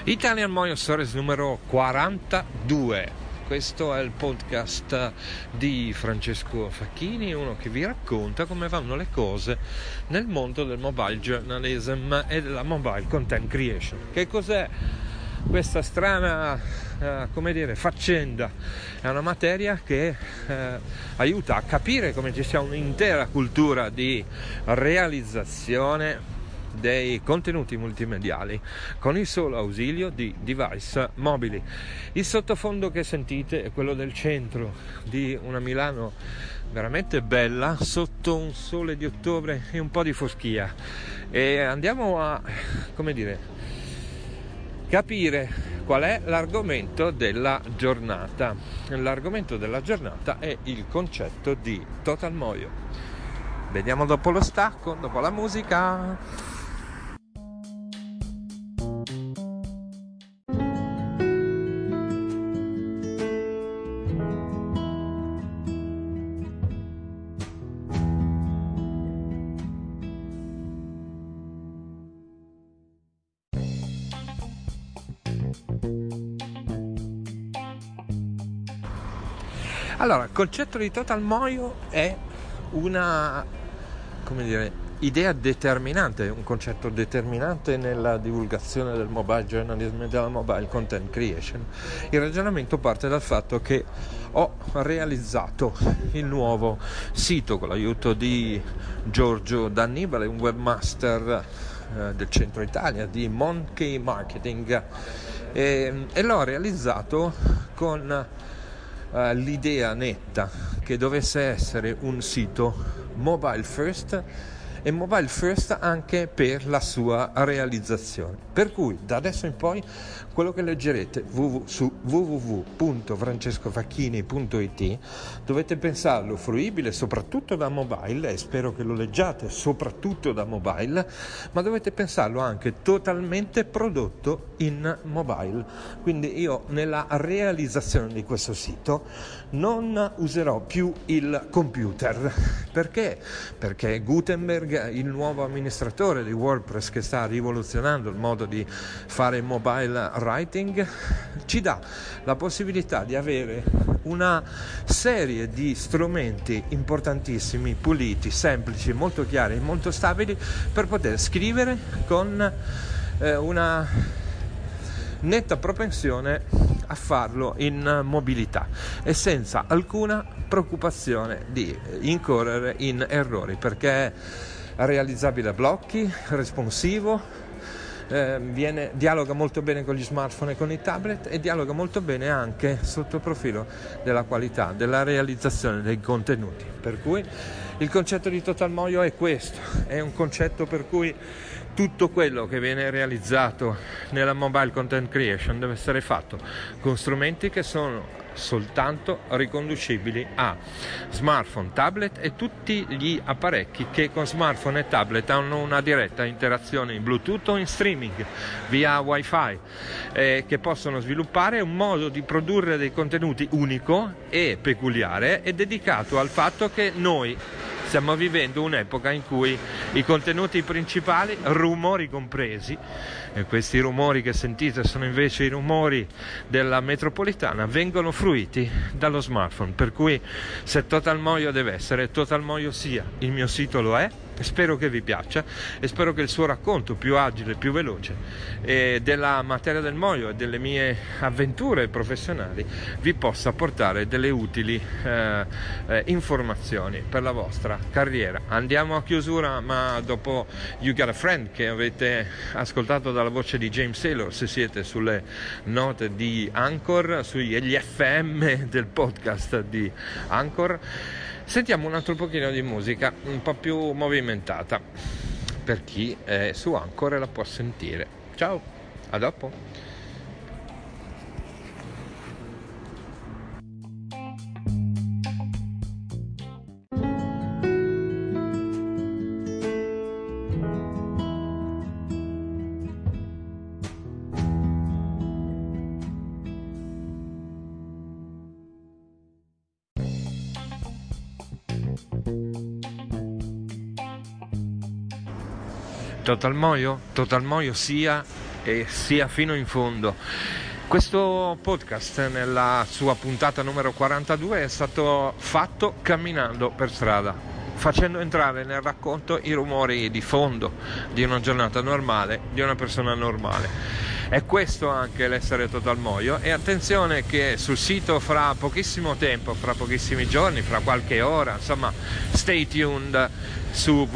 Italian Mojo Stories numero 42. Questo è il podcast di Francesco Facchini, uno che vi racconta come vanno le cose nel mondo del mobile journalism e della mobile content creation. Che cos'è questa strana faccenda? È una materia che aiuta a capire come ci sia un'intera cultura di realizzazione dei contenuti multimediali con il solo ausilio di device mobili. Il sottofondo che sentite è quello del centro di una Milano veramente bella, sotto un sole di ottobre e un po' di foschia, e andiamo a capire qual è l'argomento della giornata. L'argomento della giornata è il concetto di Total Mojo. Vediamo dopo lo stacco, dopo la musica. Allora, il concetto di Total Mojo è una, idea determinante, un concetto determinante nella divulgazione del mobile journalism e della mobile content creation. Il ragionamento parte dal fatto che ho realizzato il nuovo sito con l'aiuto di Giorgio D'Annibale, un webmaster del centro Italia di Monkey Marketing, e l'ho realizzato con l'idea netta che dovesse essere un sito mobile first, e mobile first anche per la sua realizzazione. Per cui da adesso in poi quello che leggerete su www.francescofacchini.it dovete pensarlo fruibile soprattutto da mobile, e spero che lo leggiate soprattutto da mobile, ma dovete pensarlo anche totalmente prodotto in mobile. Quindi io nella realizzazione di questo sito non userò più il computer. Perché? Perché Gutenberg, il nuovo amministratore di WordPress che sta rivoluzionando il modo di fare mobile writing, ci dà la possibilità di avere una serie di strumenti importantissimi, puliti, semplici, molto chiari, molto stabili, per poter scrivere con una netta propensione a farlo in mobilità e senza alcuna preoccupazione di incorrere in errori, perché è realizzabile a blocchi, responsivo, dialoga molto bene con gli smartphone e con i tablet, e dialoga molto bene anche sotto il profilo della qualità, della realizzazione dei contenuti. Per cui il concetto di Total Mojo è questo, è un concetto per cui tutto quello che viene realizzato nella mobile content creation deve essere fatto con strumenti che sono soltanto riconducibili a smartphone, tablet e tutti gli apparecchi che con smartphone e tablet hanno una diretta interazione in Bluetooth o in streaming via Wi-Fi, che possono sviluppare un modo di produrre dei contenuti unico e peculiare e dedicato al fatto che noi stiamo vivendo un'epoca in cui i contenuti principali, rumori compresi, e questi rumori che sentite sono invece i rumori della metropolitana, vengono fruiti dallo smartphone. Per cui se Total Mojo deve essere, Total Mojo sia. Il mio sito lo è, spero che vi piaccia e spero che il suo racconto più agile, più veloce della materia del Mojo e delle mie avventure professionali vi possa portare delle utili informazioni per la vostra carriera. Andiamo a chiusura, ma dopo You Got a Friend, che avete ascoltato dalla voce di James Taylor, se siete sulle note di Anchor, sugli FM del podcast di Anchor, sentiamo un altro pochino di musica un po' più movimentata per chi è su Anchor e la può sentire. Ciao, a dopo. Total Mojo sia e sia fino in fondo. Questo podcast, nella sua puntata numero 42, è stato fatto camminando per strada, facendo entrare nel racconto i rumori di fondo di una giornata normale, di una persona normale. È questo anche l'essere Total Moio, e attenzione che sul sito fra pochissimo tempo, fra pochissimi giorni, fra qualche ora, insomma, stay tuned su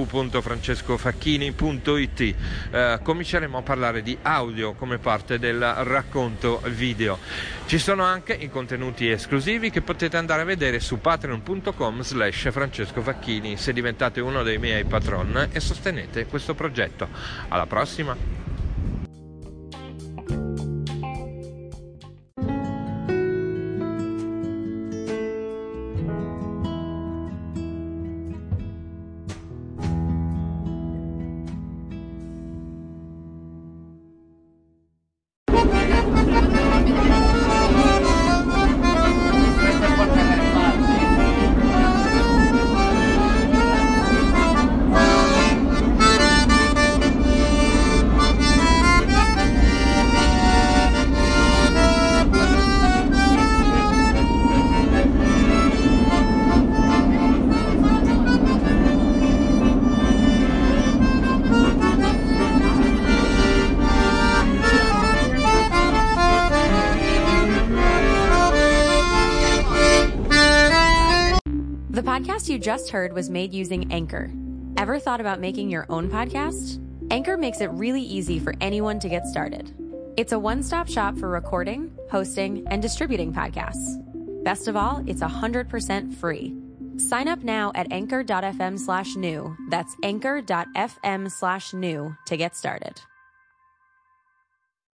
www.francescofacchini.it cominceremo a parlare di audio come parte del racconto video. Ci sono anche i contenuti esclusivi che potete andare a vedere su patreon.com/francescofacchini se diventate uno dei miei patron e sostenete questo progetto. Alla prossima! The podcast you just heard was made using Anchor. Ever thought about making your own podcast? Anchor makes it really easy for anyone to get started. It's a one-stop shop for recording, hosting, and distributing podcasts. Best of all, it's 100% free. Sign up now at anchor.fm/new. That's anchor.fm/new to get started.